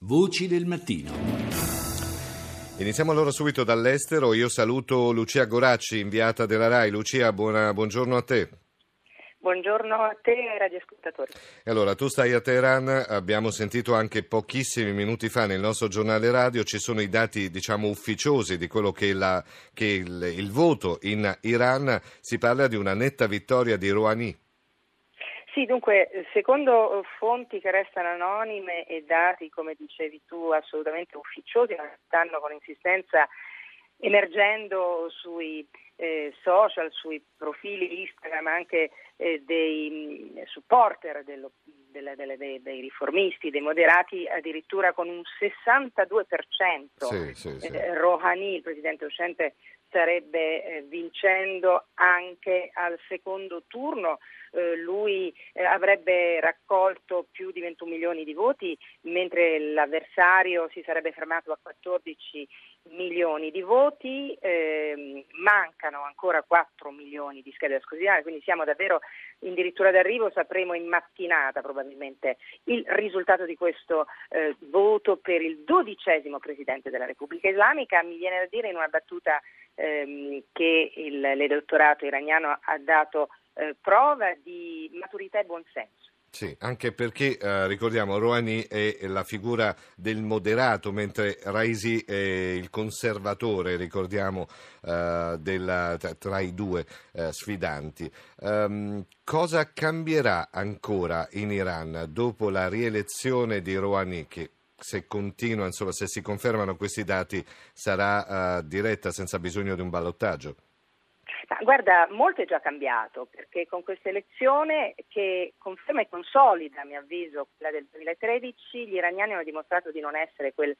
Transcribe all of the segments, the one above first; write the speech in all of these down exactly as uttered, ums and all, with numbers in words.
Voci del mattino. Iniziamo allora subito dall'estero. Io saluto Lucia Goracci, inviata della RAI. Lucia, buona, buongiorno a te. Buongiorno a te e ai radioascoltatori. E allora, tu stai a Teheran, abbiamo sentito anche pochissimi minuti fa nel nostro giornale radio, ci sono i dati, diciamo, ufficiosi di quello che, la, che il, il voto in Iran. Si parla di una netta vittoria di Rouhani. Sì, dunque, secondo fonti che restano anonime e dati, come dicevi tu, assolutamente ufficiosi, ma stanno con insistenza emergendo sui eh, social, sui profili Instagram, anche eh, dei mh, supporter dello, delle, delle, dei, dei riformisti, dei moderati, addirittura con un sessantadue per cento. Sì, sì, sì. Eh, Rouhani, il presidente uscente, starebbe eh, vincendo anche al secondo turno. Eh, lui eh, avrebbe raccolto più di ventuno milioni di voti, mentre l'avversario si sarebbe fermato a quattordici milioni di voti. Eh, mancano ancora quattro milioni di schede da scrutinare, quindi siamo davvero addirittura d'arrivo. Sapremo in mattinata probabilmente il risultato di questo eh, voto per il dodicesimo presidente della Repubblica Islamica. Mi viene da dire in una battuta ehm, che il, l'elettorato iraniano ha dato eh, prova di maturità e buonsenso. Sì, anche perché eh, ricordiamo Rouhani è la figura del moderato, mentre Raisi è il conservatore, ricordiamo, eh, della, tra, tra i due eh, sfidanti. Um, cosa cambierà ancora in Iran dopo la rielezione di Rouhani, che se continua, insomma, se si confermano questi dati, sarà uh, diretta senza bisogno di un ballottaggio? Ma guarda, molto è già cambiato, perché con questa elezione, che conferma e consolida, a mio avviso, quella del duemilatredici, gli iraniani hanno dimostrato di non essere quel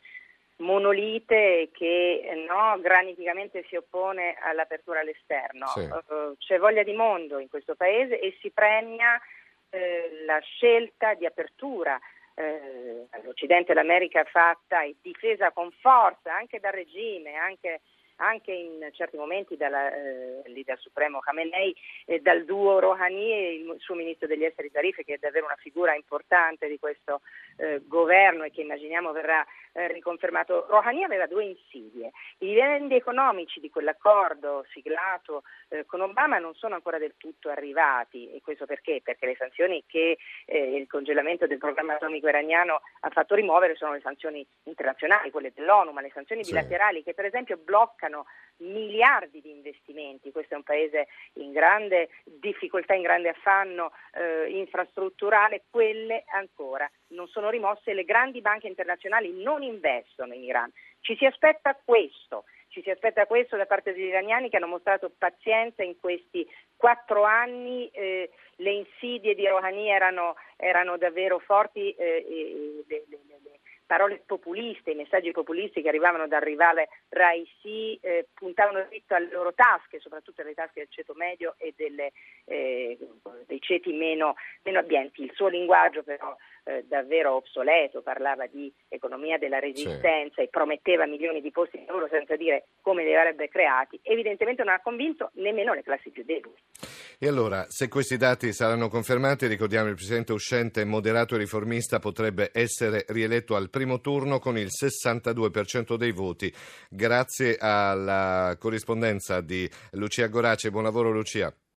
monolite che no, graniticamente si oppone all'apertura all'esterno. Sì. Uh, c'è voglia di mondo in questo paese e si premia eh, la scelta di apertura. Eh, L'Occidente e l'America fatta e difesa con forza anche dal regime, anche anche in certi momenti dal eh, leader supremo Khamenei, eh, dal duo Rouhani e il suo ministro degli esteri Zarif, che è davvero una figura importante di questo eh, governo e che immaginiamo verrà eh, riconfermato. Rouhani aveva due insidie: i dividendi economici di quell'accordo siglato eh, con Obama non sono ancora del tutto arrivati, e questo perché? Perché le sanzioni che eh, il congelamento del programma atomico iraniano ha fatto rimuovere sono le sanzioni internazionali, quelle dell'ONU, ma le sanzioni sì. bilaterali che per esempio bloccano miliardi di investimenti. Questo è un paese in grande difficoltà, in grande affanno eh, infrastrutturale, quelle ancora non sono rimosse. Le grandi banche internazionali non investono in Iran. Ci si aspetta questo, ci si aspetta questo da parte degli iraniani, che hanno mostrato pazienza in questi quattro anni. Eh, le insidie di Rouhani erano, erano davvero forti, eh, e, le, le, le parole populiste, i messaggi populisti che arrivavano dal rivale Raisi eh, puntavano dritto alle loro tasche, soprattutto alle tasche del ceto medio e delle, eh, dei ceti meno, meno abbienti. Il suo linguaggio però eh, davvero obsoleto, parlava di economia della resistenza, sì, e prometteva milioni di posti di lavoro senza dire come li avrebbe creati. Evidentemente non ha convinto nemmeno le classi più deboli. E allora, se questi dati saranno confermati, ricordiamo il presidente uscente moderato e riformista potrebbe essere rieletto al primo turno con il sessantadue per cento dei voti. Grazie alla corrispondenza di Lucia Goracci. Buon lavoro, Lucia.